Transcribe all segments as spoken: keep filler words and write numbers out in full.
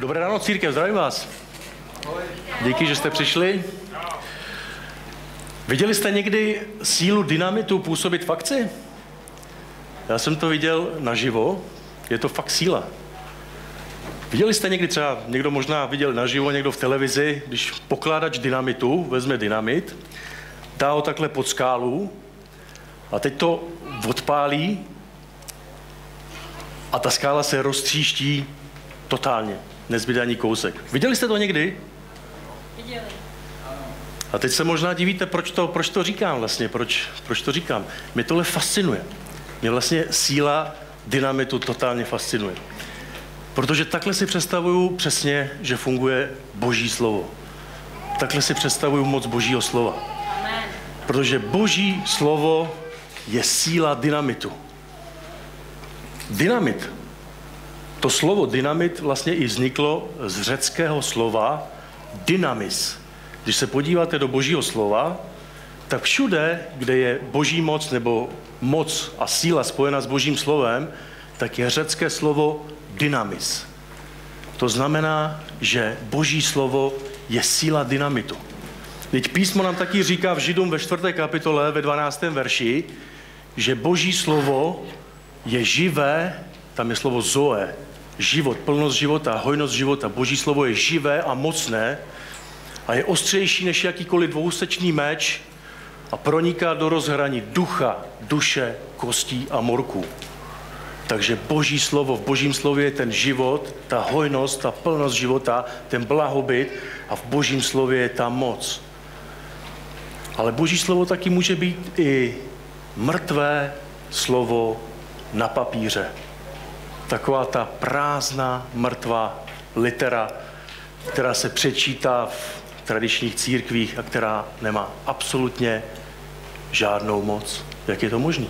Dobré ráno, církev, zdravím vás. Díky, že jste přišli. Viděli jste někdy sílu dynamitu působit v akci? Já jsem to viděl naživo, je to fakt síla. Viděli jste někdy třeba, někdo možná viděl naživo, někdo v televizi, když pokládač dynamitu vezme dynamit, dá ho takhle pod skálu a teď to odpálí a ta skála se roztříští totálně. Nezbyde ani kousek. Viděli jste to někdy? Viděli. A teď se možná divíte, proč to, proč to říkám vlastně, proč, proč to říkám. Mě tohle fascinuje. Mě vlastně síla dynamitu totálně fascinuje. Protože takhle si představuju přesně, že funguje Boží slovo. Takhle si představuju moc Božího slova. Amen. Protože Boží slovo je síla dynamitu. Dynamit. To slovo dynamit vlastně i vzniklo z řeckého slova dynamis. Když se podíváte do Božího slova, tak všude, kde je Boží moc nebo moc a síla spojena s Božím slovem, tak je řecké slovo dynamis. To znamená, že Boží slovo je síla dynamitu. Teď písmo nám taky říká v Židům ve čtvrté kapitole ve dvanáctém verši, že Boží slovo je živé, tam je slovo zoe, život, plnost života, hojnost života. Boží slovo je živé a mocné a je ostřejší než jakýkoliv dvousečný meč a proniká do rozhraní ducha, duše, kostí a morků. Takže Boží slovo, v Božím slově je ten život, ta hojnost, ta plnost života, ten blahobyt a v Božím slově je ta moc. Ale Boží slovo taky může být i mrtvé slovo na papíře. Taková ta prázdná, mrtvá litera, která se přečítá v tradičních církvích a která nemá absolutně žádnou moc. Jak je to možné?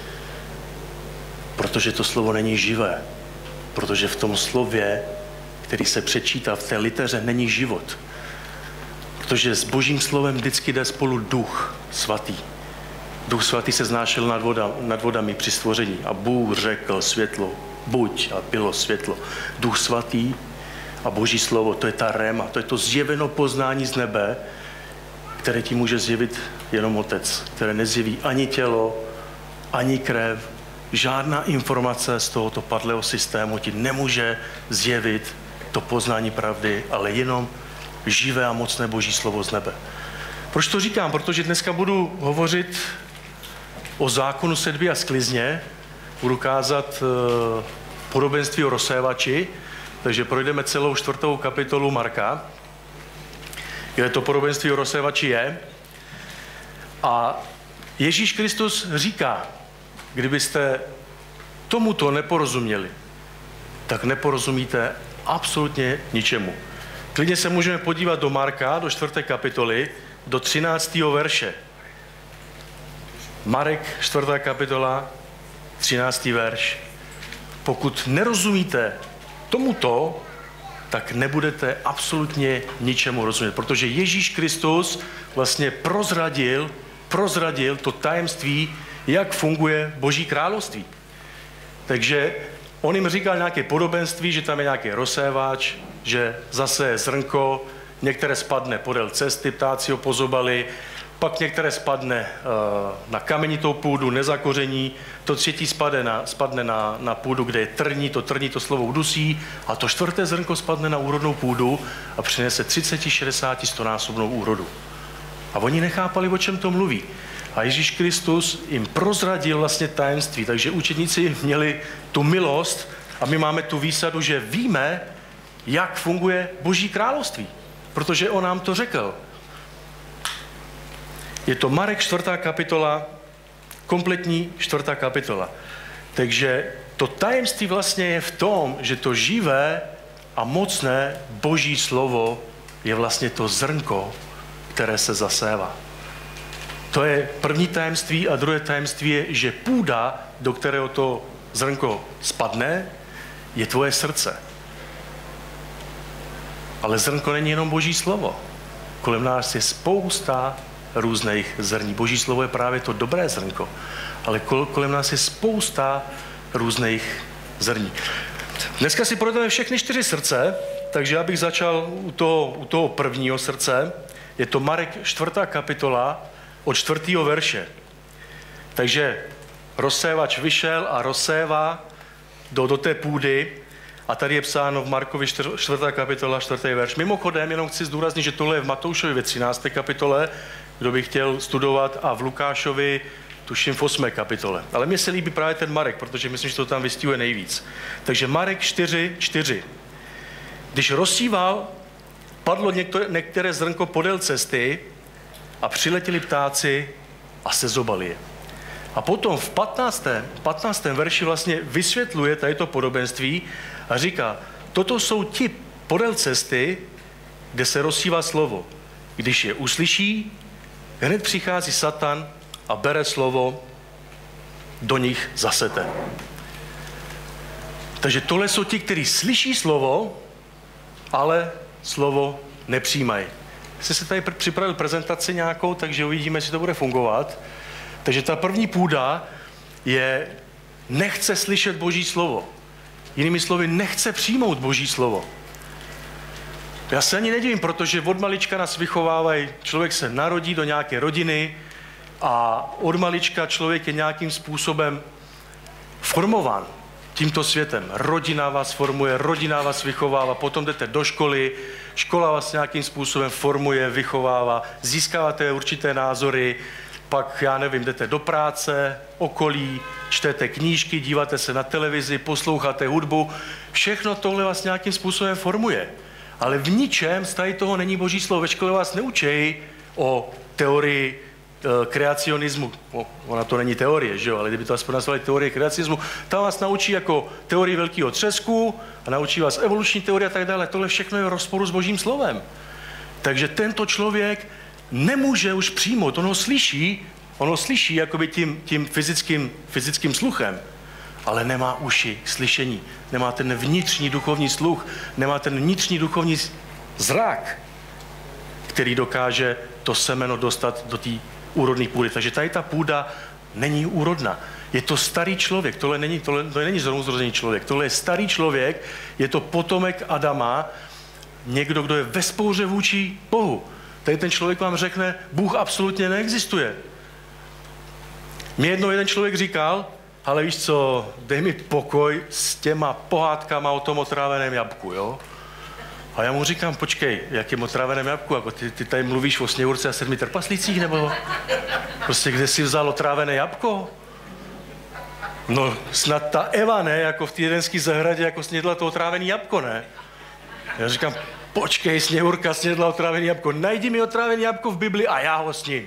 Protože to slovo není živé. Protože v tom slově, který se přečítá v té liteře, není život. Protože s Božím slovem vždycky jde spolu Duch Svatý. Duch Svatý se znášel nad, voda, nad vodami při stvoření a Bůh řekl světlo, buď, a bylo světlo. Duch Svatý a Boží slovo, to je ta réma, to je to zjeveno poznání z nebe, které ti může zjevit jenom Otec, které nezjeví ani tělo, ani krev, žádná informace z tohoto padlého systému ti nemůže zjevit to poznání pravdy, ale jenom živé a mocné Boží slovo z nebe. Proč to říkám? Protože dneska budu hovořit o zákonu sedby a sklizně, budu kázat uh, podobenství o rozsévači, takže projdeme celou čtvrtou kapitolu Marka, kde to podobenství o rozsévači je. A Ježíš Kristus říká, kdybyste tomuto neporozuměli, tak neporozumíte absolutně ničemu. Klidně se můžeme podívat do Marka, do čtvrté kapitoly, do třináctého verše. Marek, čtvrtá kapitola, třináctý verš. Pokud nerozumíte tomuto, tak nebudete absolutně ničemu rozumět, protože Ježíš Kristus vlastně prozradil, prozradil to tajemství, jak funguje Boží království. Takže on jim říkal nějaké podobenství, že tam je nějaký rozsévač, že zase je zrnko, některé spadne podél cesty, ptáci ho pozobali, pak některé spadne uh, na kamenitou půdu, nezakoření, to třetí spadne na, spadne na, na půdu, kde je trní, to trní to slovo udusí a to čtvrté zrnko spadne na úrodnou půdu a přinese třicet, šedesát, sto násobnou úrodu. A oni nechápali, o čem to mluví. A Ježíš Kristus jim prozradil vlastně tajemství, takže učedníci měli tu milost a my máme tu výsadu, že víme, jak funguje Boží království, protože on nám to řekl. Je to Marek čtvrtá kapitola, kompletní čtvrtá kapitola. Takže to tajemství vlastně je v tom, že to živé a mocné Boží slovo je vlastně to zrnko, které se zasévá. To je první tajemství a druhé tajemství je, že půda, do kterého to zrnko spadne, je tvoje srdce. Ale zrnko není jenom Boží slovo. Kolem nás je spousta různých zrní. Boží slovo je právě to dobré zrnko. Ale kolem nás je spousta různých zrní. Dneska si projdeme všechny čtyři srdce, takže já bych začal u toho, u toho prvního srdce. Je to Marek čtvrtá kapitola od čtvrtého verše. Takže rozsévač vyšel a rozsévá do, do té půdy a tady je psáno v Markovi čtvrtá kapitola, čtvrtý verš. Mimochodem, jenom chci zdůraznit, že tohle je v Matoušovi ve třinácté kapitole, kdo by chtěl studovat, a v Lukášovi, tuším, v osmé kapitole. Ale mně se líbí právě ten Marek, protože myslím, že to tam vystihuje nejvíc. Takže Marek čtyři čtyři. Když rozsíval, padlo některé, některé zrnko podél cesty a přiletěli ptáci a sezobali je. A potom v patnáctém patnáctém verši vlastně vysvětluje tady to podobenství a říká, toto jsou ti podél cesty, kde se rozsívá slovo. Když je uslyší, hned přichází Satan a bere slovo, do nich zasete. Takže tohle jsou ti, kteří slyší slovo, ale slovo nepřijímají. Jsem si tady připravil prezentaci nějakou, takže uvidíme, jestli to bude fungovat. Takže ta první půda je, nechce slyšet Boží slovo. Jinými slovy, nechce přijmout Boží slovo. Já se ani nedivím, protože od malička nás vychovávají, člověk se narodí do nějaké rodiny a od malička člověk je nějakým způsobem formován tímto světem. Rodina vás formuje, rodina vás vychovává, potom jdete do školy, škola vás nějakým způsobem formuje, vychovává, získáváte určité názory, pak, já nevím, jdete do práce, okolí, čtete knížky, díváte se na televizi, posloucháte hudbu. Všechno tohle vás nějakým způsobem formuje. Ale v ničem z tady toho není Boží slovo. Ve škole vás neučejí o teorii e, kreacionismu. O, ona to není teorie, že jo? Ale kdyby to aspoň nazvali teorie kreacionismu, tam vás naučí jako teorii velkého třesku a naučí vás evoluční teorie a tak dále. Tohle všechno je v rozporu s Božím slovem. Takže tento člověk nemůže už přijmout, on ho slyší, on ho slyší jakoby tím, tím fyzickým, fyzickým sluchem, ale nemá uši k slyšení, nemá ten vnitřní duchovní sluch, nemá ten vnitřní duchovní zrak, který dokáže to semeno dostat do té úrodné půdy. Takže tady ta půda není úrodná. Je to starý člověk, tohle není, tohle, tohle není zrovnouzrozený člověk, tohle je starý člověk, je to potomek Adama, někdo, kdo je ve spouře vůči Bohu. Tady ten člověk vám řekne, Bůh absolutně neexistuje. Mě jednou jeden člověk říkal, ale víš co, dej mi pokoj s těma pohádkama o tom otráveném jabku, jo? A já mu říkám, počkej, jakým otráveném jabku, jako ty, ty tady mluvíš o Sněhurce a sedmi trpaslících, nebo prostě kde jsi vzal otrávené jabko? No snad ta Eva, ne, jako v té jedenské zahradě, jako snědla to otrávené jabko, ne? Já říkám, počkej, Sněhurka snědla otrávené jabko, najdi mi otrávené jabko v Bibli a já ho sním.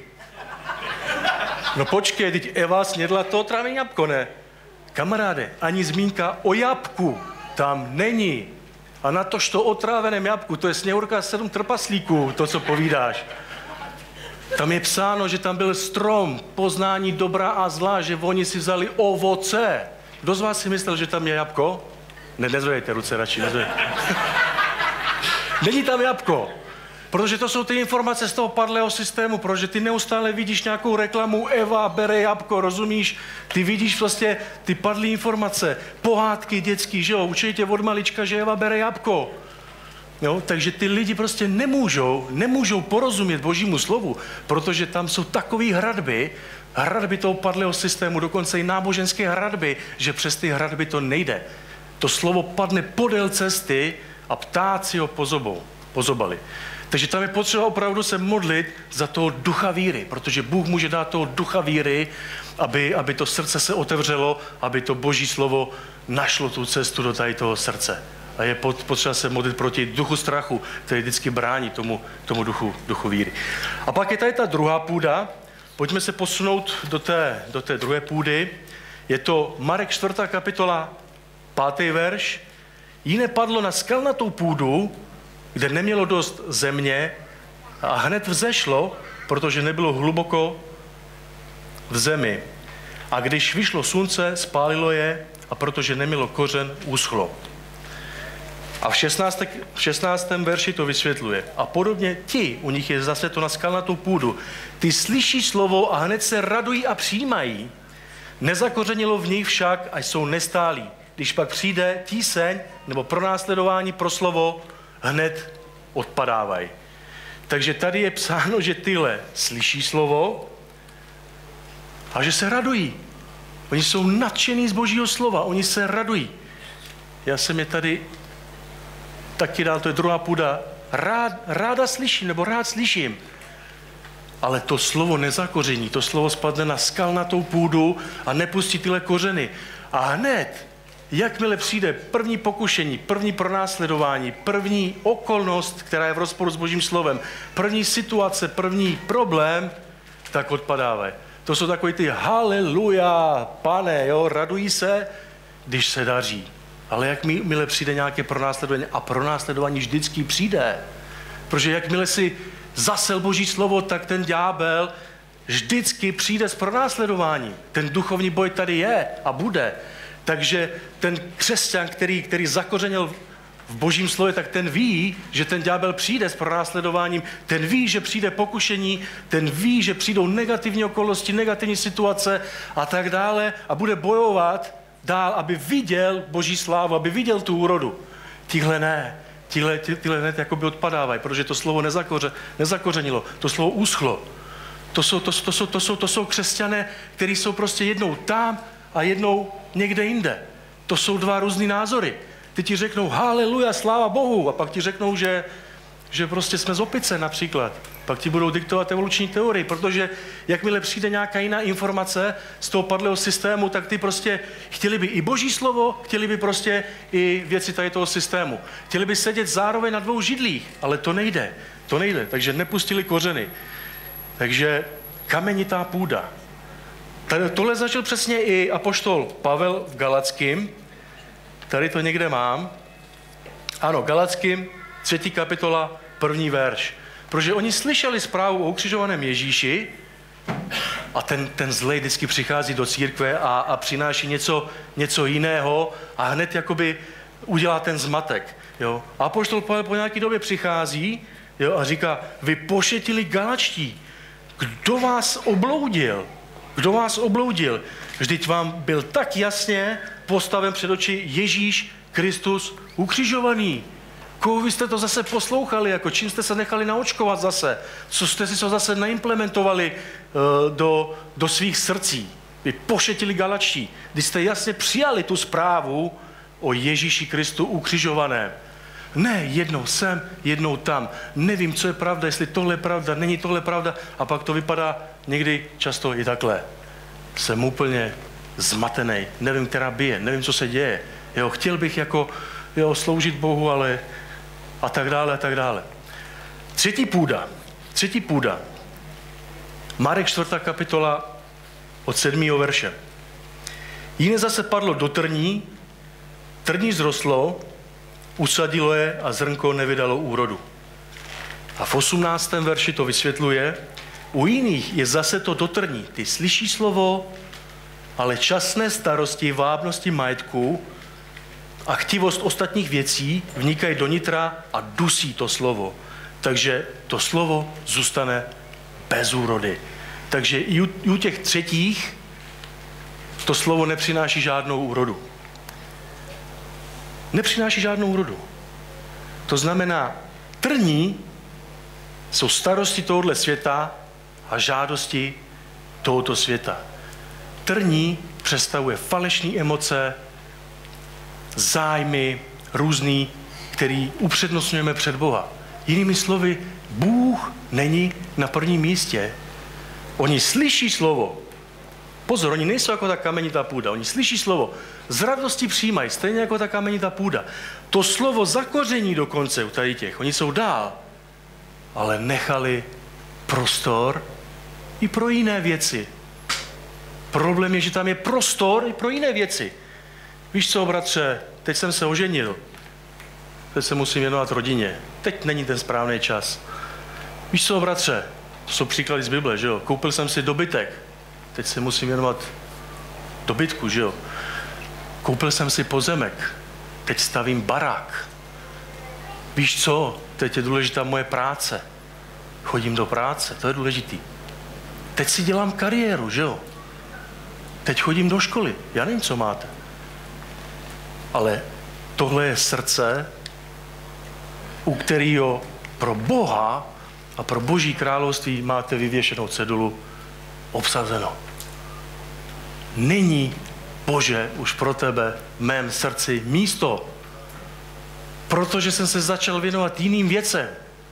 No počkej, teď Eva snědla to otrávené jabko, ne? Kamaráde, ani zmínka o jabku tam není. A na tož to otráveném jabku, to je Sněhurka sedm trpaslíků, to, co povídáš. Tam je psáno, že tam byl strom poznání dobra a zla, že oni si vzali ovoce. Kdo z vás si myslel, že tam je jabko? Ne, nezvedejte ruce radši, nezvedejte. Není tam jabko, protože to jsou ty informace z toho padlého systému, protože ty neustále vidíš nějakou reklamu, Eva bere jabko, rozumíš? Ty vidíš vlastně ty padlé informace, pohádky dětský, že jo, učí tě od malička, že Eva bere jabko. Jo? Takže ty lidi prostě nemůžou, nemůžou porozumět Božímu slovu, protože tam jsou takové hradby, hradby toho padlého systému, dokonce i náboženské hradby, že přes ty hradby to nejde. To slovo padne podél cesty a ptáci ho pozobou, pozobali. Takže tam je potřeba opravdu se modlit za toho ducha víry, protože Bůh může dát toho ducha víry, aby, aby to srdce se otevřelo, aby to Boží slovo našlo tu cestu do tady toho srdce. A je potřeba se modlit proti duchu strachu, který vždycky brání tomu, tomu duchu, duchu víry. A pak je tady ta druhá půda. Pojďme se posunout do té, do té druhé půdy. Je to Marek čtvrtá kapitola, pátý verš. Jiné padlo na skalnatou půdu, kde nemělo dost země a hned vzešlo, protože nebylo hluboko v zemi. A když vyšlo slunce, spálilo je a protože nemělo kořen, uschlo. A v šestnáctém, v šestnáctém verši to vysvětluje. A podobně ti, u nich je zase to na skalnatou půdu, ty slyší slovo a hned se radují a přijímají. Nezakořenilo v nich však a jsou nestálí. Když pak přijde tíseň nebo pronásledování pro slovo, hned odpadávají. Takže tady je psáno, že tyhle slyší slovo a že se radují. Oni jsou nadšení z Božího slova, oni se radují. Já jsem je tady taky dal, to je druhá půda, rád, ráda slyším, nebo rád slyším. Ale to slovo nezakoření, to slovo spadne na skalnatou půdu a nepustí tyhle kořeny. A hned, jakmile přijde první pokušení, první pronásledování, první okolnost, která je v rozporu s Božím slovem, první situace, první problém, tak odpadávají. To jsou takový ty haleluja, pane, jo, radují se, když se daří. Ale jakmile přijde nějaké pronásledování, a pronásledování vždycky přijde, protože jakmile si zasel Boží slovo, tak ten ďábel vždycky přijde s pronásledováním. Ten duchovní boj tady je a bude. Takže ten křesťan, který, který zakořenil v Božím slově, tak ten ví, že ten ďábel přijde s pronásledováním, ten ví, že přijde pokušení, ten ví, že přijdou negativní okolnosti, negativní situace a tak dále a bude bojovat dál, aby viděl Boží slávu, aby viděl tu úrodu. Tihle ne. Tihle, tihle hned jakoby odpadávají, protože to slovo nezakoře, nezakořenilo, to slovo uschlo. To jsou, to, to, jsou, to, jsou, to jsou křesťané, kteří jsou prostě jednou tam a jednou někde jinde. To jsou dva různý názory. Ty ti řeknou haleluja, sláva Bohu, a pak ti řeknou, že, že prostě jsme z opice například. Pak ti budou diktovat evoluční teorii, protože jakmile přijde nějaká jiná informace z toho padlého systému, tak ty prostě chtěli by i Boží slovo, chtěli by prostě i věci tady toho systému. Chtěli by sedět zároveň na dvou židlích, ale to nejde. To nejde, takže nepustili kořeny. Takže kamenitá půda. Tady tohle začal přesně i apoštol Pavel v Galackým. Tady to někde mám. Ano, Galackým, třetí kapitola, první verš. Protože oni slyšeli zprávu o ukřižovaném Ježíši a ten, ten zlej vždycky přichází do církve a, a přináší něco, něco jiného a hned jakoby udělá ten zmatek. Jo. A apoštol Pavel po nějaké době přichází, jo, a říká, vy pošetili Galačtí, kdo vás obloudil? Kdo vás obloudil? Vždyť vám byl tak jasně postaven před oči Ježíš Kristus ukřižovaný. Koho vy jste to zase poslouchali, jako čím jste se nechali naočkovat zase? Co jste si to zase naimplementovali uh, do, do svých srdcí? Vy pošetili Galačtí, když jste jasně přijali tu zprávu o Ježíši Kristu ukřižovaném. Ne, jednou sem, jednou tam. Nevím, co je pravda, jestli tohle je pravda, není tohle pravda. A pak to vypadá někdy často i takhle. Jsem úplně zmatený, nevím, která bije, nevím, co se děje. Jo, chtěl bych jako jo, sloužit Bohu, ale a tak dále, a tak dále. Třetí půda. Třetí půda. Marek čtvrtá kapitola od sedmého verše. Jiné zase padlo do trní, trní zrostlo, usadilo je a zrnko nevydalo úrodu. A v osmnáctém verši to vysvětluje, u jiných je zase to do trní. Ty slyší slovo, ale časné starosti, vábnosti majetku a chtivost ostatních věcí vnikají do nitra a dusí to slovo. Takže to slovo zůstane bez úrody. Takže i u, i u těch třetích to slovo nepřináší žádnou úrodu. Nepřináší žádnou úrodu. To znamená, trní jsou starosti tohoto světa a žádosti tohoto světa. Trní představuje falešné emoce, zájmy různý, který upřednostňujeme před Boha. Jinými slovy, Bůh není na prvním místě. Oni slyší slovo. Pozor, oni nejsou jako ta kamenitá půda. Oni slyší slovo. Z radosti přijímají, stejně jako ta kamenitá půda. To slovo zakoření dokonce u tady těch. Oni jsou dál. Ale nechali prostor i pro jiné věci. Problém je, že tam je prostor i pro jiné věci. Víš co, bratře, teď jsem se oženil. Teď se musím věnovat rodině. Teď není ten správný čas. Víš co, bratře, to jsou příklady z Bible, že jo? Koupil jsem si dobytek. Teď se musím věnovat dobytku, že jo? Koupil jsem si pozemek. Teď stavím barák. Víš co, teď je důležitá moje práce. Chodím do práce, to je důležitý. Teď si dělám kariéru, že jo? Teď chodím do školy. Já nevím, co máte. Ale tohle je srdce u kterého pro Boha a pro Boží království máte vyvěšenou cedulu obsazeno. Není, Bože, už pro tebe v mém srdci místo, protože jsem se začal věnovat jiným věcem.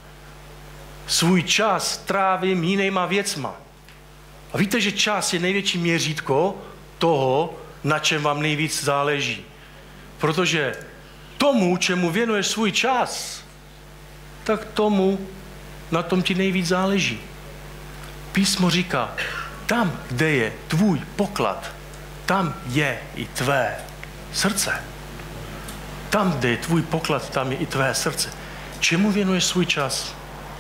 Svůj čas trávím jinýma věcma. A víte, že čas je největší měřítko toho, na čem vám nejvíc záleží. Protože tomu, čemu věnuješ svůj čas, tak tomu, na tom ti nejvíc záleží. Písmo říká, tam, kde je tvůj poklad, tam je i tvé srdce. Tam, kde je tvůj poklad, tam je i tvé srdce. Čemu věnuješ svůj čas?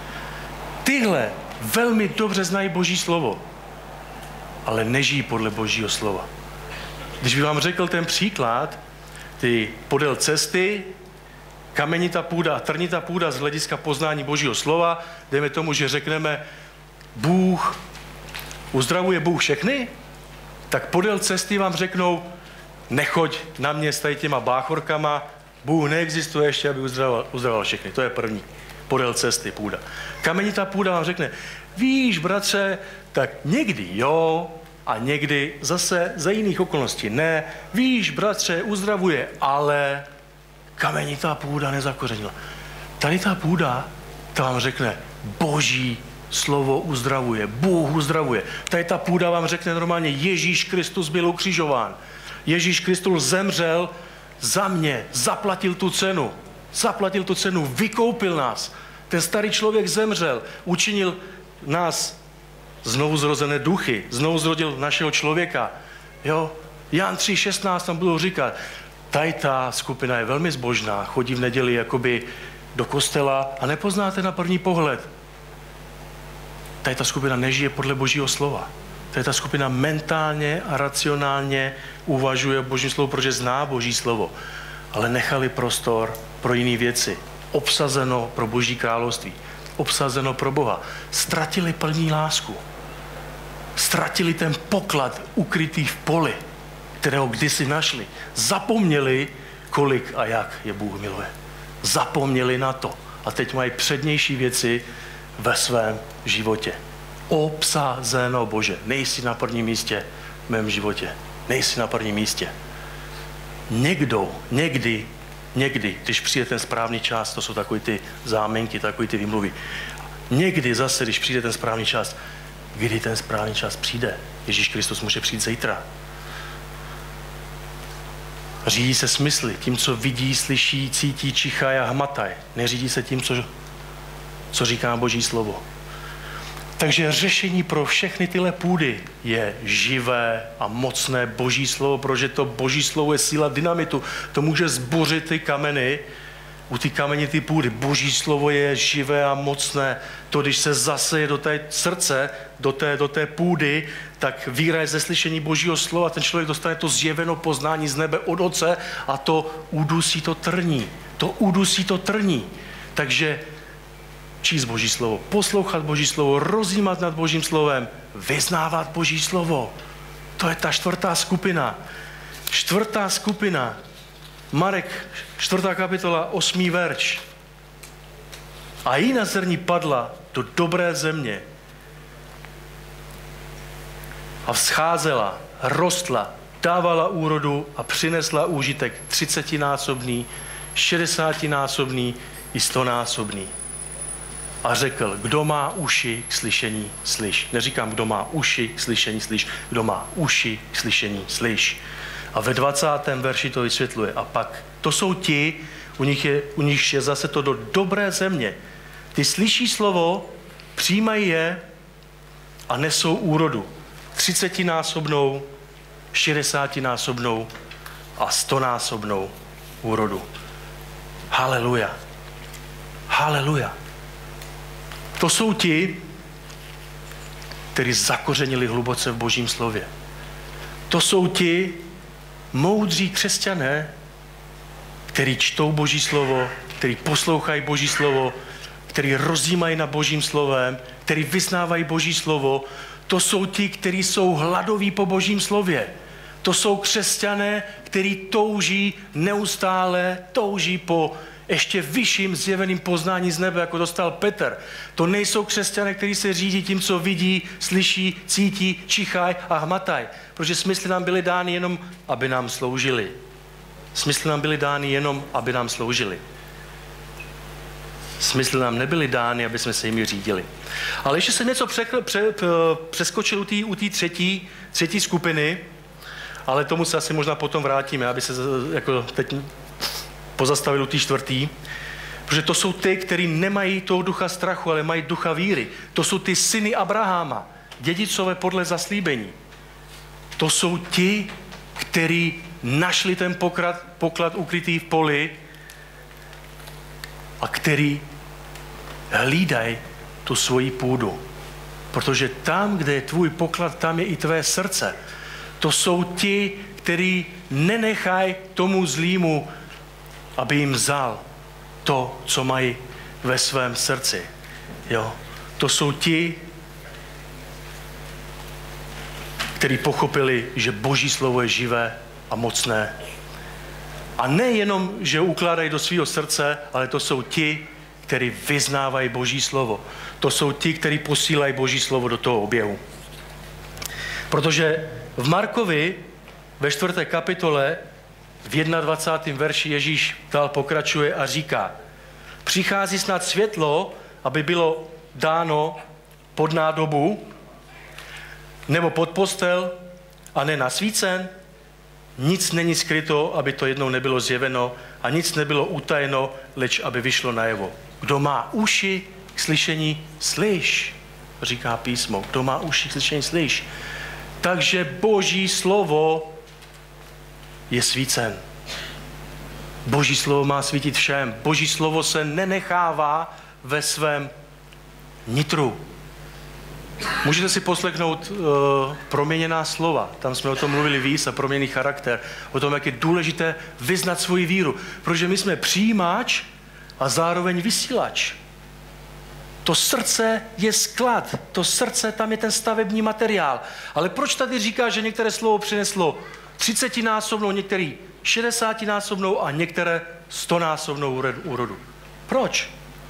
Tyhle velmi dobře znají Boží slovo, ale nežijí podle Božího slova. Když bych vám řekl ten příklad, ty podél cesty, kamenitá půda a trnitá půda z hlediska poznání Božího slova, dejme tomu, že řekneme, Bůh, uzdravuje Bůh všechny, tak podél cesty vám řeknou, nechoď na mě s tady těma báchorkama, Bůh neexistuje ještě, aby uzdravoval, uzdravoval všechny. To je první. Podél cesty půda. Kamenitá půda vám řekne, víš, bratře, tak někdy jo a někdy zase za jiných okolností ne. Víš, bratře, uzdravuje, ale kamenitá půda nezakořenila. Tady ta půda, ta vám řekne, Boží slovo uzdravuje, Bůh uzdravuje. Tady ta půda vám řekne normálně, Ježíš Kristus byl ukřižován. Ježíš Kristus zemřel za mě, zaplatil tu cenu. Zaplatil tu cenu, vykoupil nás. Ten starý člověk zemřel, učinil nás znovu zrozené duchy, znovu zrodil našeho člověka. Jo? Jan tři šestnáct tam budou říkat, tady ta skupina je velmi zbožná, chodí v neděli jakoby do kostela a nepoznáte na první pohled. Tady ta skupina nežije podle Božího slova. Tady ta skupina mentálně a racionálně uvažuje o Božím slovu, protože zná Boží slovo. Ale nechali prostor pro jiné věci. Obsazeno pro Boží království. Obsazeno pro Boha. Ztratili první lásku. Ztratili ten poklad ukrytý v poli, kterého kdysi našli. Zapomněli, kolik a jak je Bůh miluje. Zapomněli na to. A teď mají přednější věci ve svém životě. Obsazeno, Bože. Nejsi na prvním místě v mém životě. Nejsi na prvním místě. Někdo, někdy, někdy, když přijde ten správný čas, to jsou takový ty záminky, takový ty výmluvy. Někdy zase, když přijde ten správný čas, kdy ten správný čas přijde? Ježíš Kristus může přijít zítra. Řídí se smysly, tím, co vidí, slyší, cítí, čichají a hmatají. Neřídí se tím, co, co říká Boží slovo. Takže řešení pro všechny tyhle půdy je živé a mocné Boží slovo, protože to Boží slovo je síla dynamitu. To může zbořit ty kameny, u ty kamenité půdy. Boží slovo je živé a mocné. To, když se zaseje do té srdce, do té, do té půdy, tak víra je ze slyšení Božího slova. Ten člověk dostane to zjeveno poznání z nebe od Otce a to udusí to trní. To udusí to trní. Takže číst Boží slovo, poslouchat Boží slovo, rozjímat nad Božím slovem, vyznávat Boží slovo. To je ta čtvrtá skupina. Čtvrtá skupina. Marek, čtvrtá kapitola, osmý verš. A jiná zrní padla do dobré země a vzcházela, rostla, dávala úrodu a přinesla úžitek třicetinásobný, šedesátinásobný i stonásobný. A řekl, kdo má uši k slyšení, slyš. Neříkám, kdo má uši k slyšení, slyš. Kdo má uši k slyšení, slyš. A ve dvacátém verši to vysvětluje. A pak to jsou ti, u nich je, u nich je zase to do dobré země. Ty slyší slovo, přijímají je a nesou úrodu. třicetinásobnou, šedesátinásobnou a stonásobnou úrodu. Haleluja. Haleluja. To jsou ti, kteří zakořenili hluboce v Božím slově. To jsou ti moudří křesťané, kteří čtou Boží slovo, kteří poslouchají Boží slovo, kteří rozjímají na Božím slovem, kteří vyznávají Boží slovo. To jsou ti, kteří jsou hladoví po Božím slově. To jsou křesťané, kteří touží neustále, touží po ještě vyšším zjeveným poznání z nebe, jako dostal Petr. To nejsou křesťané, kteří se řídí tím, co vidí, slyší, cítí, čichají a hmatají. Protože smysly nám byly dány jenom, aby nám sloužili. Smysly nám byly dány jenom, aby nám sloužili. Smysly nám nebyly dány, aby jsme se jimi řídili. Ale ještě jsem něco překl, pře, přeskočil u té u té třetí, třetí skupiny, ale tomu se asi možná potom vrátíme, aby se jako teď pozastavil u té čtvrtý. Protože to jsou ty, kteří nemají toho ducha strachu, ale mají ducha víry. To jsou ty syny Abraháma, dědicové podle zaslíbení. To jsou ti, kteří našli ten poklad, poklad ukrytý v poli a který hlídají tu svoji půdu. Protože tam, kde je tvůj poklad, tam je i tvé srdce. To jsou ti, kteří nenechají tomu zlýmu, aby jim vzal to, co mají ve svém srdci. Jo? To jsou ti, kteří pochopili, že Boží slovo je živé a mocné. A nejenom, že ukládají do svého srdce, ale to jsou ti, kteří vyznávají Boží slovo. To jsou ti, kteří posílají Boží slovo do toho oběhu. Protože v Markovi ve čtvrté kapitole v dvacátém prvním verši Ježíš dál pokračuje a říká: přichází snad světlo, aby bylo dáno pod nádobu nebo pod postel a ne nasvícen. Nic není skryto, aby to jednou nebylo zjeveno a nic nebylo utajeno, leč aby vyšlo najevo. Kdo má uši k slyšení, slyš, říká písmo. Kdo má uši k slyšení, slyš. Takže Boží slovo je svícen. Boží slovo má svítit všem. Boží slovo se nenechává ve svém nitru. Můžete si poslechnout uh, proměněná slova. Tam jsme o tom mluvili víc a proměněný charakter. O tom, jak je důležité vyznat svoji víru. Protože my jsme přijímač a zároveň vysílač. To srdce je sklad. To srdce, tam je ten stavební materiál. Ale proč tady říká, že některé slovo přineslo třicetinásobnou, některé šedesátinásobnou a některé stonásobnou úrodu? Proč?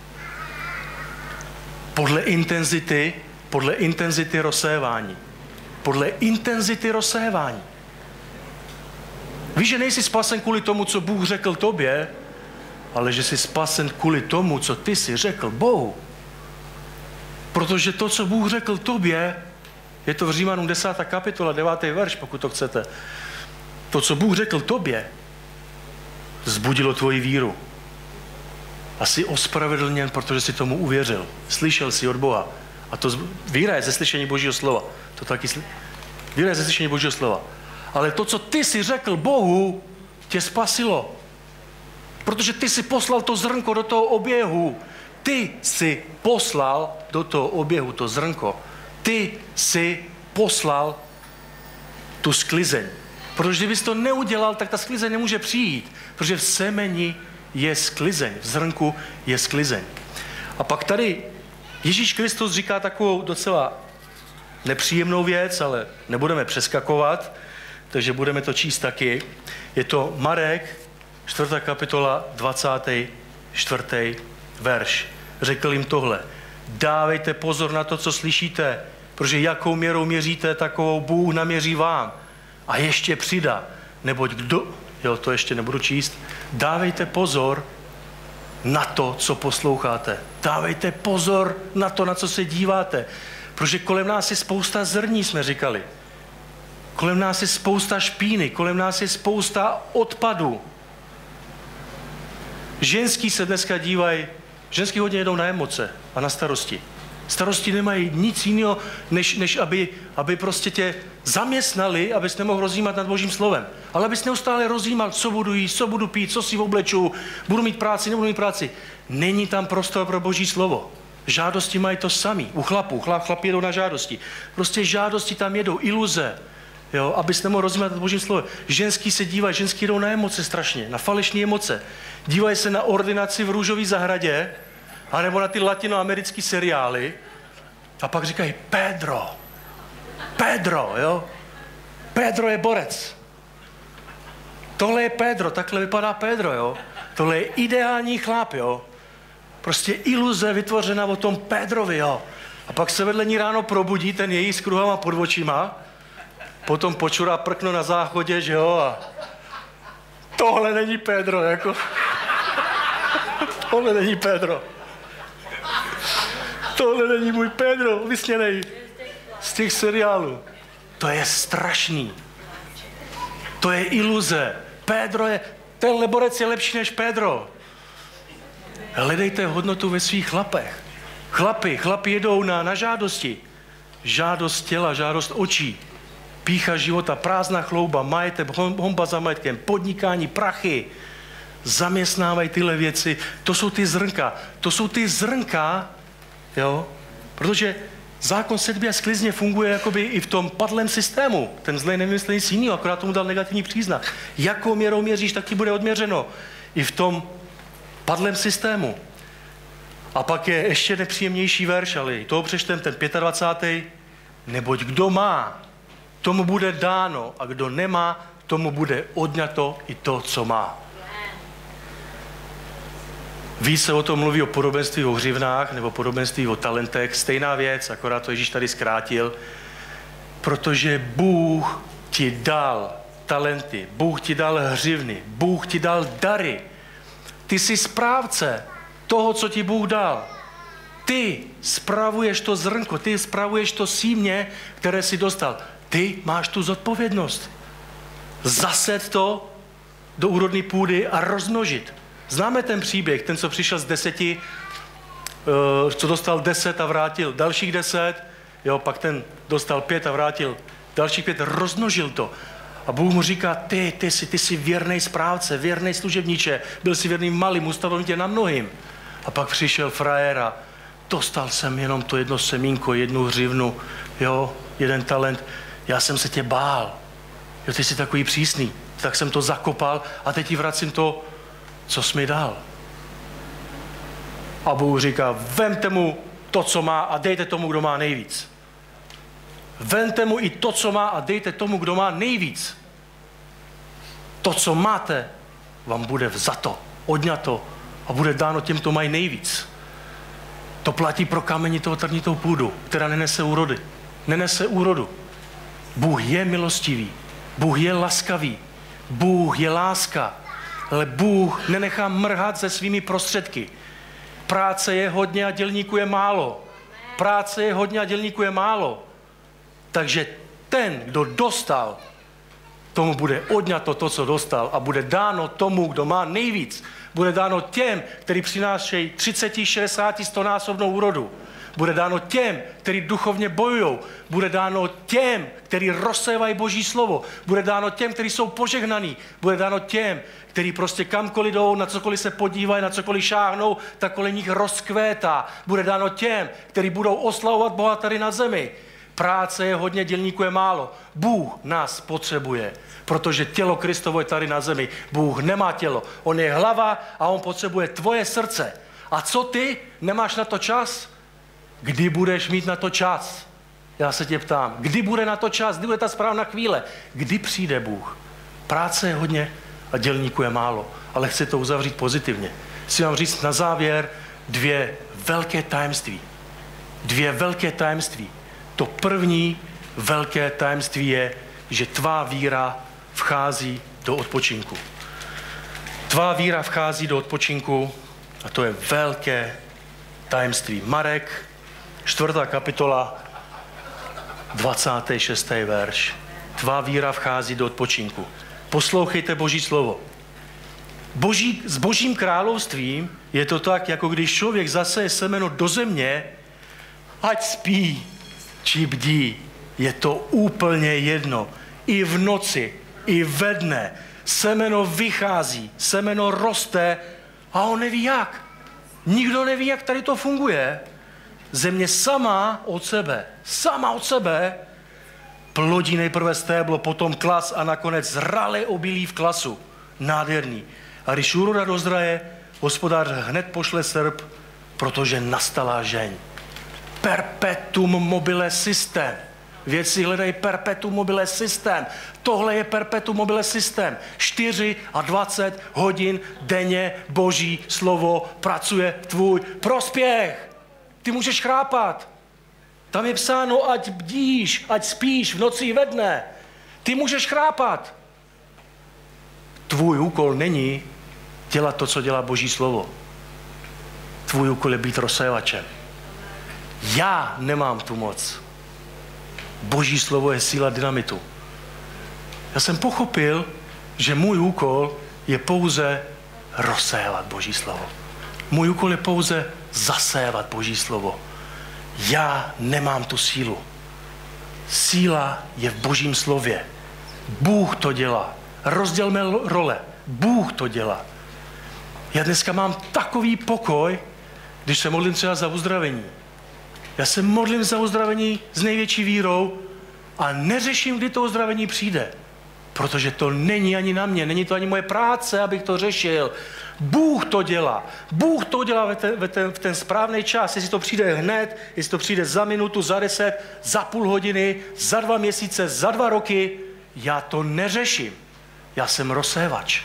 Podle intenzity Podle intenzity rozsévání. Podle intenzity rozsévání. Víš, že nejsi spasen kvůli tomu, co Bůh řekl tobě, ale že jsi spasen kvůli tomu, co ty jsi řekl Bohu. Protože to, co Bůh řekl tobě, je to v Římanům desátá kapitola, devátý verš, pokud to chcete. To, co Bůh řekl tobě, vzbudilo tvoji víru. A jsi ospravedlněn, protože jsi tomu uvěřil. Slyšel jsi od Boha. A to víra je ze slyšení Božího slova. To taky sly... Víra je ze slyšení Božího slova. Ale to, co ty si řekl Bohu, tě spasilo. Protože ty si poslal to zrnko do toho oběhu. Ty si poslal do toho oběhu to zrnko. Ty si poslal tu sklizeň. Protože kdybys to neudělal, tak ta sklizeň nemůže přijít. Protože v semeni je sklizeň. V zrnku je sklizeň. A pak tady Ježíš Kristus říká takovou docela nepříjemnou věc, ale nebudeme přeskakovat, takže budeme to číst taky. Je to Marek, čtvrtá kapitola, dvacátý čtvrtý verš. Řekl jim tohle: dávejte pozor na to, co slyšíte, protože jakou měrou měříte, takovou Bůh naměří vám. A ještě přidá, neboť kdo... Jo, to ještě nebudu číst. Dávejte pozor na to, co posloucháte. Dávejte pozor na to, na co se díváte. Protože kolem nás je spousta zrní, jsme říkali. Kolem nás je spousta špíny, kolem nás je spousta odpadu. Ženský se dneska dívají, ženský hodně jedou na emoce a na starosti. Starosti nemají nic jiného, než, než aby, aby prostě tě zaměstnali, abys nemohl rozjímat nad Božím slovem. Ale abys neustále rozjímal, co budu jíst, co budu pít, co si obleču, budu mít práci, nebudu mít práci. Není tam prostor pro Boží slovo. Žádosti mají to samý. U chlapů, chlap, chlapi jedou na žádosti. Prostě žádosti tam jedou, iluze, jo, abys nemohl rozjímat nad Božím slovem. Ženský se dívají, ženský jedou na emoce strašně, na falešné emoce. Dívají se na ordinaci v Růžové zahradě, anebo na ty latinoamerické seriály a pak říkají Pedro, Pedro, jo? Pedro je borec. Tohle je Pedro, takhle vypadá Pedro, jo? Tohle je ideální chlap, jo. Prostě iluze vytvořena o tom Pédrovi, jo. A pak se vedle ní ráno probudí ten její s kruhama pod očima, potom počurá prkno na záchodě, že jo, a tohle není Pédro, jako. Tohle není Pédro. Tohle není můj Pédro, vysněnej z těch seriálů. To je strašný. To je iluze. Pédro je, ten leborec je lepší než Pédro. Hledejte hodnotu ve svých chlapech. Chlapi, chlapi jedou na, na žádosti. Žádost těla, žádost očí. Pýcha života, prázdná chlouba, majetek, honba za majetkem, podnikání, prachy. Zaměstnávají tyhle věci. To jsou ty zrnka. To jsou ty zrnka, jo, protože zákon sedby a sklizně funguje jakoby i v tom padlém systému. Ten zlej nevymyslel nic jiného, akorát tomu dal negativní příznak. Jakou měrou měříš, tak ti bude odměřeno. I v tom padlém systému. A pak je ještě nepříjemnější verš, ale toho přečtem ten dvacátý pátý Neboť kdo má, tomu bude dáno, a kdo nemá, tomu bude odňato i to, co má. Víc se o tom mluví o podobenství o hřivnách nebo podobenství o talentech. Stejná věc, akorát to Ježíš tady zkrátil. Protože Bůh ti dal talenty, Bůh ti dal hřivny, Bůh ti dal dary. Ty jsi správce toho, co ti Bůh dal. Ty spravuješ to zrnko, ty spravuješ to símě, které jsi dostal. Ty máš tu zodpovědnost. Zased to do úrodné půdy a rozmnožit. Známe ten příběh, ten, co přišel z deseti, co dostal deset a vrátil dalších deset, jo, pak ten dostal pět a vrátil dalších pět, rozmnožil to. A Bůh mu říká, ty, ty jsi, ty jsi věrnej správce, věrnej služebníče, byl jsi věrný malým, ustavil tě na mnohým. A pak přišel frajer, dostal jsem jenom to jedno semínko, jednu hřivnu, jo, jeden talent, já jsem se tě bál, jo, ty jsi takový přísný, tak jsem to zakopal a teď ti vracím to, co jsi mi dal. A Bůh říká, vemte mu to, co má a dejte tomu, kdo má nejvíc. Vemte mu i to, co má a dejte tomu, kdo má nejvíc. To, co máte, vám bude vzato, odňato a bude dáno těm, kdo mají nejvíc. To platí pro kamenitou trnitou půdu, která nenese úrody. Nenese úrodu. Bůh je milostivý. Bůh je laskavý. Bůh je láska. Ale Bůh nenechá mrhat se svými prostředky. Práce je hodně a dělníků je málo. Práce je hodně a dělníků je málo. Takže ten, kdo dostal, tomu bude odňato to, co dostal a bude dáno tomu, kdo má nejvíc. Bude dáno těm, kteří přinášejí třicet, šedesát, sto násobnou úrodu. Bude dáno těm, kteří duchovně bojují. Bude dáno těm, kteří rozsévají Boží slovo. Bude dáno těm, kteří jsou požehnaní. Bude dáno těm, kteří prostě kamkoliv jdou, na cokoliv se podívají, na cokoliv šáhnou, tak kolem nich rozkvétá. Bude dáno těm, kteří budou oslavovat Boha tady na zemi. Práce je hodně, dělníků je málo. Bůh nás potřebuje, protože tělo Kristovo je tady na zemi. Bůh nemá tělo, on je hlava a on potřebuje tvoje srdce. A co ty? Nemáš na to čas? Kdy budeš mít na to čas? Já se tě ptám, kdy bude na to čas? Kdy bude ta správná chvíle? Kdy přijde Bůh? Práce je hodně a dělníků je málo, ale chci to uzavřít pozitivně. Chci vám říct na závěr dvě velké tajemství. Dvě velké tajemství. To první velké tajemství je, že tvá víra vchází do odpočinku. Tvá víra vchází do odpočinku a to je velké tajemství. Marek, čtvrtá kapitola, dvacátý šestý verš. Tvá víra vchází do odpočinku. Poslouchejte Boží slovo. Boží, s Božím královstvím je to tak, jako když člověk zaseje semeno do země, ať spí, či bdí. Je to úplně jedno. I v noci, i ve dne. Semeno vychází, semeno roste a on neví jak. Nikdo neví, jak tady to funguje. Země sama od sebe, sama od sebe plodí nejprve stéblo, potom klas a nakonec zralé obilí v klasu. Nádherný. A když úroda dozraje, hospodář hned pošle srp, protože nastala žeň. Perpetuum mobile systém. Věci hledají perpetuum mobile systém. Tohle je perpetuum mobile systém. dvacet čtyři hodin denně Boží slovo pracuje v tvůj prospěch. Ty můžeš chrápat. Tam je psáno, ať bdíš, ať spíš v noci i ve dne. Ty můžeš chrápat. Tvůj úkol není dělat to, co dělá Boží slovo. Tvůj úkol je být rozsévačem. Já nemám tu moc. Boží slovo je síla dynamitu. Já jsem pochopil, že můj úkol je pouze rozsévat Boží slovo. Můj úkol je pouze zasévat Boží slovo. Já nemám tu sílu. Síla je v Božím slově. Bůh to dělá. Rozdělme role. Bůh to dělá. Já dneska mám takový pokoj, když se modlím třeba za uzdravení. Já se modlím za uzdravení s největší vírou a neřeším, kdy to uzdravení přijde. Protože to není ani na mě, není to ani moje práce, abych to řešil. Bůh to dělá. Bůh to dělá v ten, v ten, v ten správný čas. Jestli to přijde hned, jestli to přijde za minutu, za deset, za půl hodiny, za dva měsíce, za dva roky, já to neřeším. Já jsem rozsévač.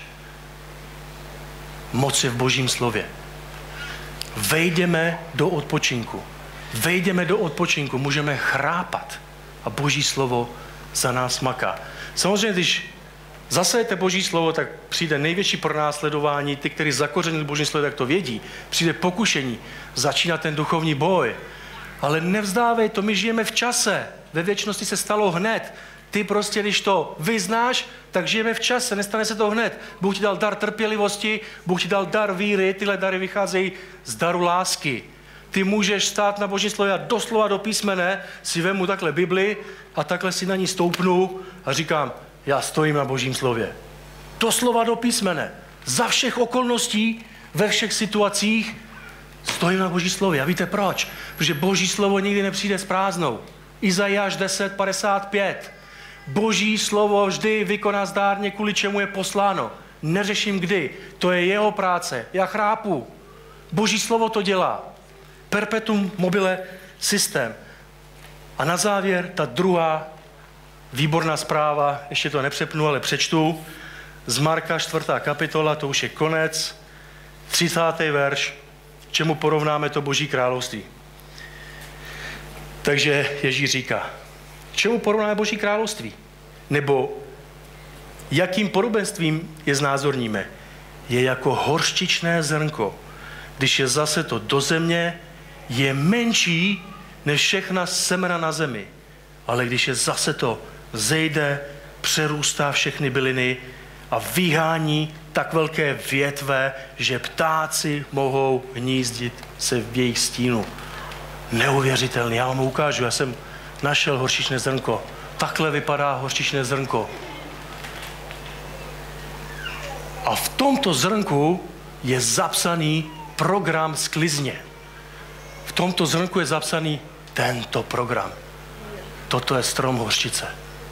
Moc je v Božím slově. Vejdeme do odpočinku. Vejdeme do odpočinku, můžeme chrápat a Boží slovo za nás maká. Samozřejmě, když zasejete Boží slovo, tak přijde největší pronásledování. Ty, kteří zakořenili Boží slovo, tak to vědí. Přijde pokušení, začíná ten duchovní boj. Ale nevzdávej to, my žijeme v čase. Ve věčnosti se stalo hned. Ty prostě, když to vyznáš, tak žijeme v čase, nestane se to hned. Bůh ti dal dar trpělivosti, Bůh ti dal dar víry, tyhle dary vycházejí z daru lásky. Ty můžeš stát na Boží slovo a doslova do písmene si vemu takhle Bibli a takhle si na ní stoupnu a říkám, já stojím na Božím slově. Doslova do písmene. Za všech okolností, ve všech situacích stojím na Boží slově. A víte proč? Protože Boží slovo nikdy nepřijde s prázdnou. Izajáš deset padesát pět. Boží slovo vždy vykoná zdárně, kvůli čemu je posláno. Neřeším kdy. To je jeho práce. Já chrápu. Boží slovo to dělá. Perpetuum mobile systém. A na závěr ta druhá výborná zpráva, ještě to nepřepnu, ale přečtu, z Marka čtvrtá kapitola, to už je konec, třicátý verš, čemu porovnáme to Boží království. Takže Ježíš říká, čemu porovnáme Boží království? Nebo jakým podobenstvím je znázorníme? Je jako horštičné zrnko. Když je zase to do země, je menší než všechna semena na zemi. Ale když je zase to zejde, přerůstá všechny byliny a vyhání tak velké větve, že ptáci mohou hnízdit se v jejich stínu. Neuvěřitelný, já vám ukážu, já jsem našel horčičné zrnko. Takhle vypadá horčičné zrnko. A v tomto zrnku je zapsaný program sklizně. V tomto zrnku je zapsaný tento program. Toto je strom hořčice.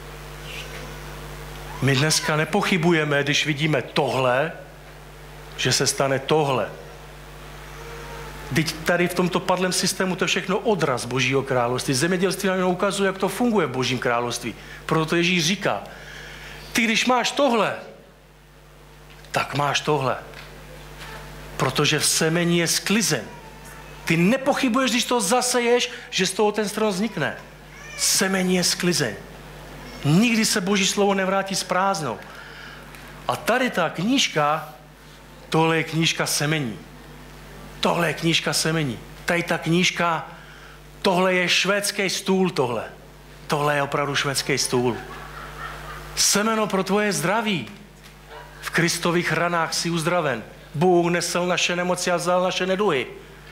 My dneska nepochybujeme, když vidíme tohle, že se stane tohle. Teď tady v tomto padlém systému to je všechno odraz Božího království. Zemědělství nám ukazuje, jak to funguje v Božím království. Proto Ježíš říká, ty když máš tohle, tak máš tohle. Protože v semení je sklizeň. Ty nepochybuješ, když to zaseješ, že z toho ten strom vznikne. Semení je sklizeň. Nikdy se Boží slovo nevrátí s prázdnou. A tady ta knížka, tohle je knížka semení. Tohle je knížka semení. Tady ta knížka, tohle je švédský stůl tohle. Tohle je opravdu švédský stůl. Semeno pro tvoje zdraví. V Kristových ranách jsi uzdraven. Bůh nesl naše nemoci a vzal naše neduhy.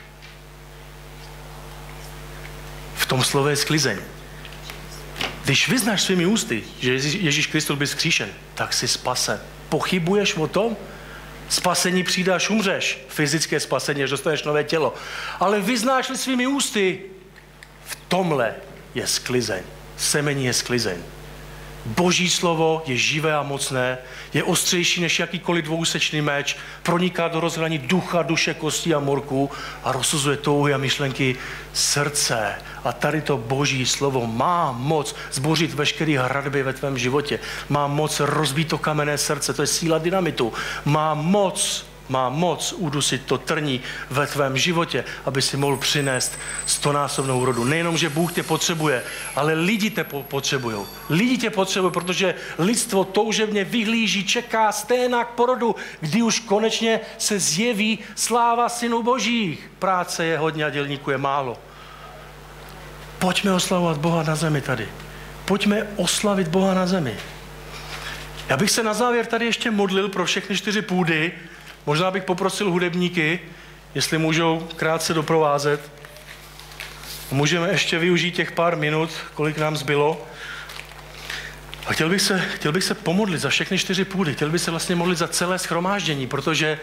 V tom slově je sklizeň. Když vyznáš svými ústy, že Ježíš Kristus byl vzkříšen, tak jsi spasen. Pochybuješ o tom? Spasení přijde, až umřeš. Fyzické spasení, až dostaneš nové tělo. Ale vyznáš-li svými ústy, v tomhle je sklizeň. Semení je sklizeň. Boží slovo je živé a mocné, je ostřejší než jakýkoliv dvousečný meč, proniká do rozhraní ducha, duše, kostí a morků a rozsuzuje touhy a myšlenky srdce. A tady to Boží slovo má moc zbořit veškeré hradby ve tvém životě. Má moc rozbít to kamenné srdce, to je síla dynamitu. Má moc má moc udusit to trní ve tvém životě, aby si mohl přinést stonásobnou rodu. Nejenom, že Bůh tě potřebuje, ale lidi tě potřebují. Lidi tě potřebují, protože lidstvo toužebně vyhlíží, čeká sténa k porodu, kdy už konečně se zjeví sláva synů božích. Práce je hodně a dělníků je málo. Pojďme oslavovat Boha na zemi tady. Pojďme oslavit Boha na zemi. Já bych se na závěr tady ještě modlil pro všechny čtyři půdy. Možná bych poprosil hudebníky, jestli můžou krátce doprovázet. Můžeme ještě využít těch pár minut, kolik nám zbylo. A chtěl bych se, chtěl bych se pomodlit za všechny čtyři půdy. Chtěl bych se vlastně modlit za celé shromáždění, protože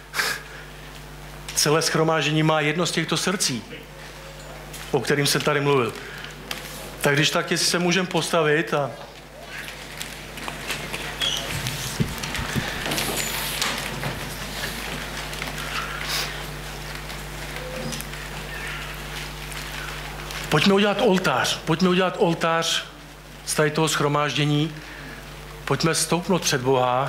celé shromáždění má jedno z těchto srdcí, o kterým jsem tady mluvil. Tak když tak, jestli se můžeme postavit a pojďme udělat oltář. Pojďme udělat oltář z tady toho shromáždění. Pojďme stoupnout před Boha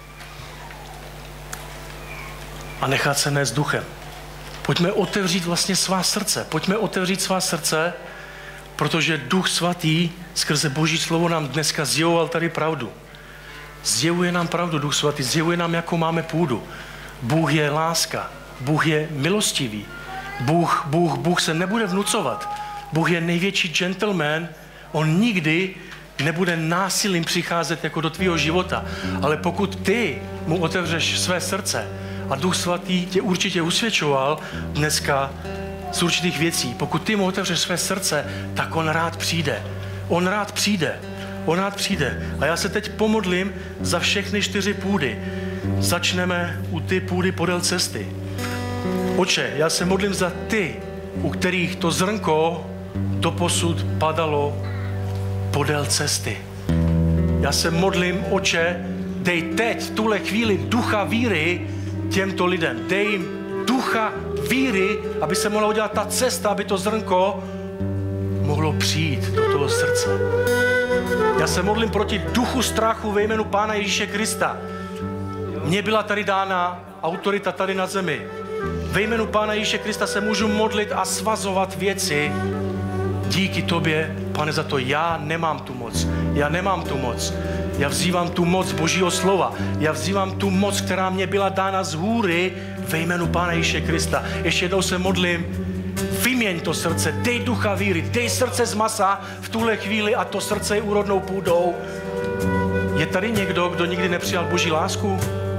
a nechat se nést duchem. Pojďme otevřít vlastně svá srdce. Pojďme otevřít svá srdce, protože Duch Svatý skrze Boží slovo nám dneska zjevoval tady pravdu. Zjevuje nám pravdu Duch Svatý, zjevuje nám, jakou máme půdu. Bůh je láska, Bůh je milostivý. Bůh, Bůh, Bůh se nebude vnucovat. Bůh je největší gentleman, on nikdy nebude násilím přicházet jako do tvýho života. Ale pokud ty mu otevřeš své srdce a Duch Svatý tě určitě usvědčoval dneska z určitých věcí, pokud ty mu otevřeš své srdce, tak on rád přijde. On rád přijde. On rád přijde. A já se teď pomodlím za všechny čtyři půdy. Začneme u ty půdy podél cesty. Oče, já se modlím za ty, u kterých to zrnko doposud padalo podél cesty. Já se modlím, Oče, dej teď, v tuhle chvíli, ducha víry těmto lidem. Dej jim ducha víry, aby se mohla udělat ta cesta, aby to zrnko mohlo přijít do toho srdce. Já se modlím proti duchu strachu ve jménu Pána Ježíše Krista. Mně byla tady dána autorita tady na zemi. Ve jménu Pána Ježíše Krista se můžu modlit a svazovat věci. Díky tobě, Pane, za to já nemám tu moc. Já nemám tu moc. Já vzývám tu moc Božího slova. Já vzývám tu moc, která mě byla dána z hůry ve jménu Pána Ježíše Krista. Ještě jednou se modlím, vyměň to srdce, dej ducha víry, dej srdce z masa v tuhle chvíli a to srdce je úrodnou půdou. Je tady někdo, kdo nikdy nepřijal Boží lásku?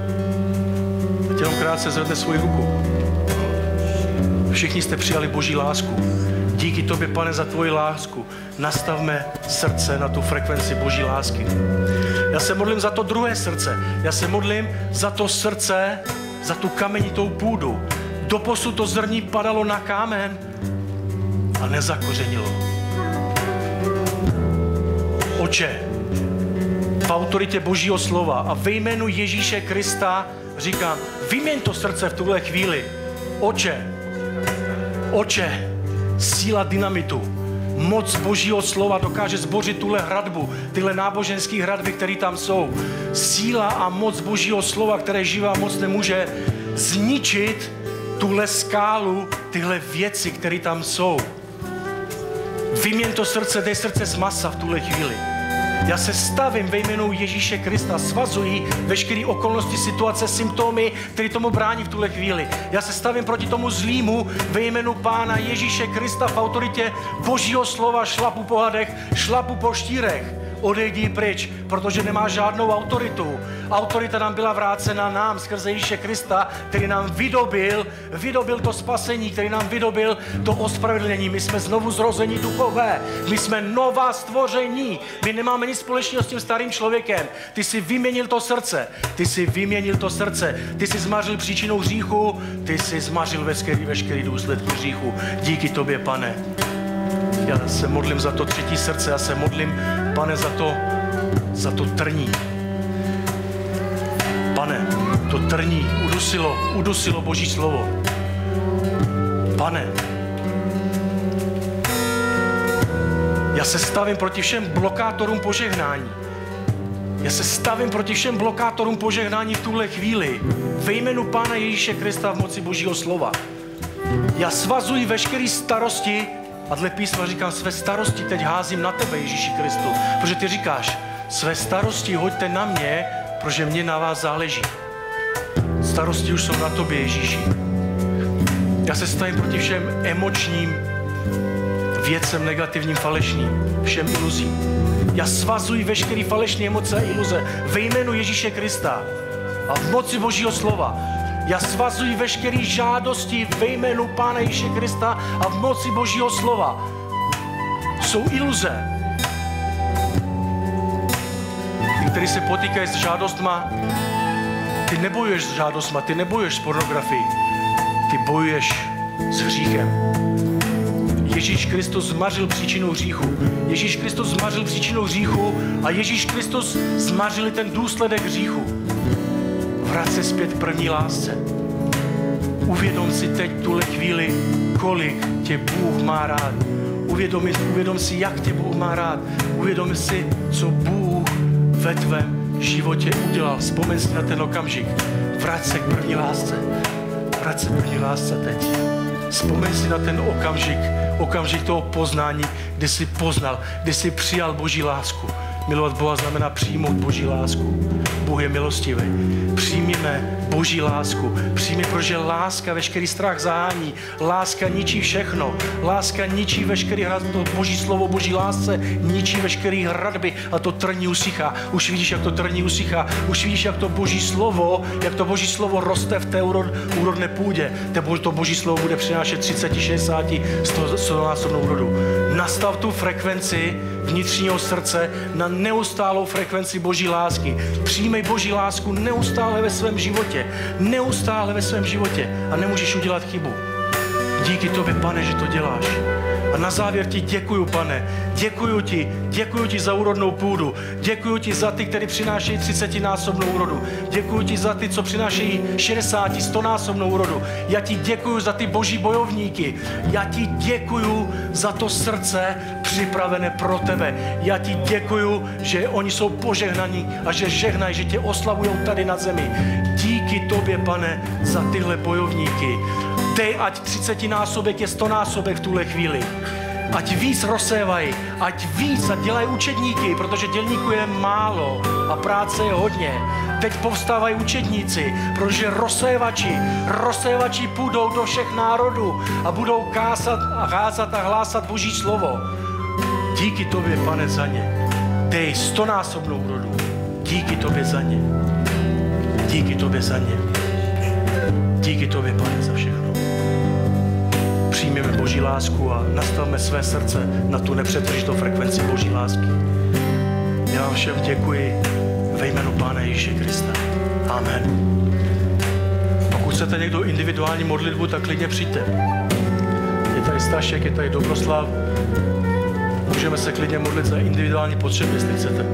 Jenom krátce zvedne svoji ruku. Všichni jste přijali Boží lásku. Díky tobě, Pane, za tvoji lásku. Nastavme srdce na tu frekvenci Boží lásky. Já se modlím za to druhé srdce. Já se modlím za to srdce, za tu kamenitou půdu. Doposud to zrní padalo na kámen a nezakořenilo. Oče, v autoritě Božího slova a ve jménu Ježíše Krista říkám, vyměň to srdce v tuhle chvíli. Oče, Oče, síla dynamitu, moc Božího slova dokáže zbořit tuhle hradbu, tyhle náboženské hradby, které tam jsou. Síla a moc Božího slova, které živá moc nemůže zničit tuhle skálu, tyhle věci, které tam jsou. Vyměň to srdce, dej srdce z masa v tuhle chvíli. Já se stavím ve jménu Ježíše Krista, svazuji veškeré okolnosti, situace, symptomy, které tomu brání v tuhle chvíli. Já se stavím proti tomu zlýmu ve jménu Pána Ježíše Krista v autoritě Božího slova, šlapu po hadech, šlapu po štírech. Odejdi pryč, protože nemá žádnou autoritu. Autorita nám byla vrácena nám skrze Ježíše Krista, který nám vydobil, vydobil to spasení, který nám vydobil to ospravedlnění. My jsme znovu zrození duchové, my jsme nová stvoření, my nemáme nic společného s tím starým člověkem. Ty jsi vyměnil to srdce, ty jsi vyměnil to srdce, ty jsi zmařil příčinu hříchu, ty jsi zmařil veškerý, veškerý důsledky hříchu. Díky tobě, Pane. Já se modlím za to třetí srdce, já se modlím, Pane, za to za to trní. Pane, to trní udusilo, udusilo Boží slovo. Pane, já se stavím proti všem blokátorům požehnání. Já se stavím proti všem blokátorům požehnání v tuhle chvíli. Ve jménu Pána Ježíše Krista v moci Božího slova. Já svazuji veškeré starosti a dle písma říkám, své starosti teď házím na tebe, Ježíši Kristu. Protože ty říkáš, své starosti hoďte na mě, protože mě na vás záleží. Starosti už jsou na tobě, Ježíši. Já se stavím proti všem emočním věcem, negativním, falešným, všem iluzím. Já svazuji veškeré falešné emoce a iluze ve jménu Ježíše Krista a v moci Božího slova. Já svazuji veškeré žádosti ve jménu Pána Ježíše Krista a v moci Božího slova. Jsou iluze. Ty, kteří se potýkají s žádostma, ty nebojuješ s žádostma, ty nebojuješ s pornografií, ty bojuješ s hříchem. Ježíš Kristus zmařil příčinu hříchu. Ježíš Kristus zmařil příčinu hříchu a Ježíš Kristus zmařil ten důsledek hříchu. Vrať se zpět k první lásce. Uvědom si teď tuhle chvíli, kolik tě Bůh má rád. Uvědom, uvědom si, jak tě Bůh má rád. Uvědom si, co Bůh ve tvém životě udělal. Vzpomeň si na ten okamžik. Vrať se k první lásce. Vrať se k první lásce teď. Vzpomeň si na ten okamžik, okamžik toho poznání, kdy jsi poznal, kdy jsi přijal Boží lásku. Milovat Boha znamená přijmout Boží lásku. Bůh je milostivý. Přijměme Boží lásku. Přijmi, protože láska veškerý strach zahání. Láska ničí všechno. Láska ničí veškerý hrad. To Boží slovo, Boží lásce ničí veškerý hradby a to trní usychá. Už vidíš, jak to trní usychá. Už vidíš, jak to Boží slovo, jak to Boží slovo roste v té úrod, úrodné půdě. To Boží slovo bude přinášet třicet, šedesát, sto násobnou úrodu. Nastav tu frekvenci vnitřního srdce na neustálou frekvenci Boží lásky. Přijmej Boží lásku neustále ve svém životě. Neustále ve svém životě. A nemůžeš udělat chybu. Díky tobě, Pane, že to děláš. A na závěr ti děkuju, Pane. Děkuju ti, děkuju ti za úrodnou půdu. Děkuju ti za ty, kteří přinášejí třicetinásobnou úrodu. Děkuju ti za ty, co přinášejí šedesát, sto násobnou úrodu. Já ti děkuju za ty Boží bojovníky. Já ti děkuju za to srdce připravené pro tebe. Já ti děkuju, že oni jsou požehnaní a že žehnají, že tě oslavujou tady na zemi. Díky tobě, Pane, za tyhle bojovníky. Dej, ať třicetinásobek je stonásobek v tuhle chvíli. Ať víc rozsévají, ať víc a dělají učedníky, protože dělníků je málo a práce je hodně. Teď povstávají učedníci, protože rozsévači, rozsévači půjdou do všech národů a budou kásat a házat a hlásat Boží slovo. Díky tobě, Pane, za ně. Dej stonásobnou úrodu. Díky tobě za ně. Díky tobě za ně. Díky tobě, Pane, za všechno. Přijměme Boží lásku a nastavme své srdce na tu nepřetržitou frekvenci Boží lásky. Já vám všem děkuji ve jménu Pána Ježíše Krista. Amen. Pokud chcete někdo individuální modlitbu, tak klidně přijďte. Je tady Stašek, je tady Dobroslav. Můžeme se klidně modlit za individuální potřeby, jestli chcete.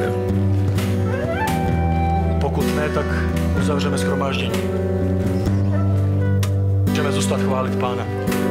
Pokud ne, tak uzavřeme shromáždění. Můžeme zůstat chválit Pána.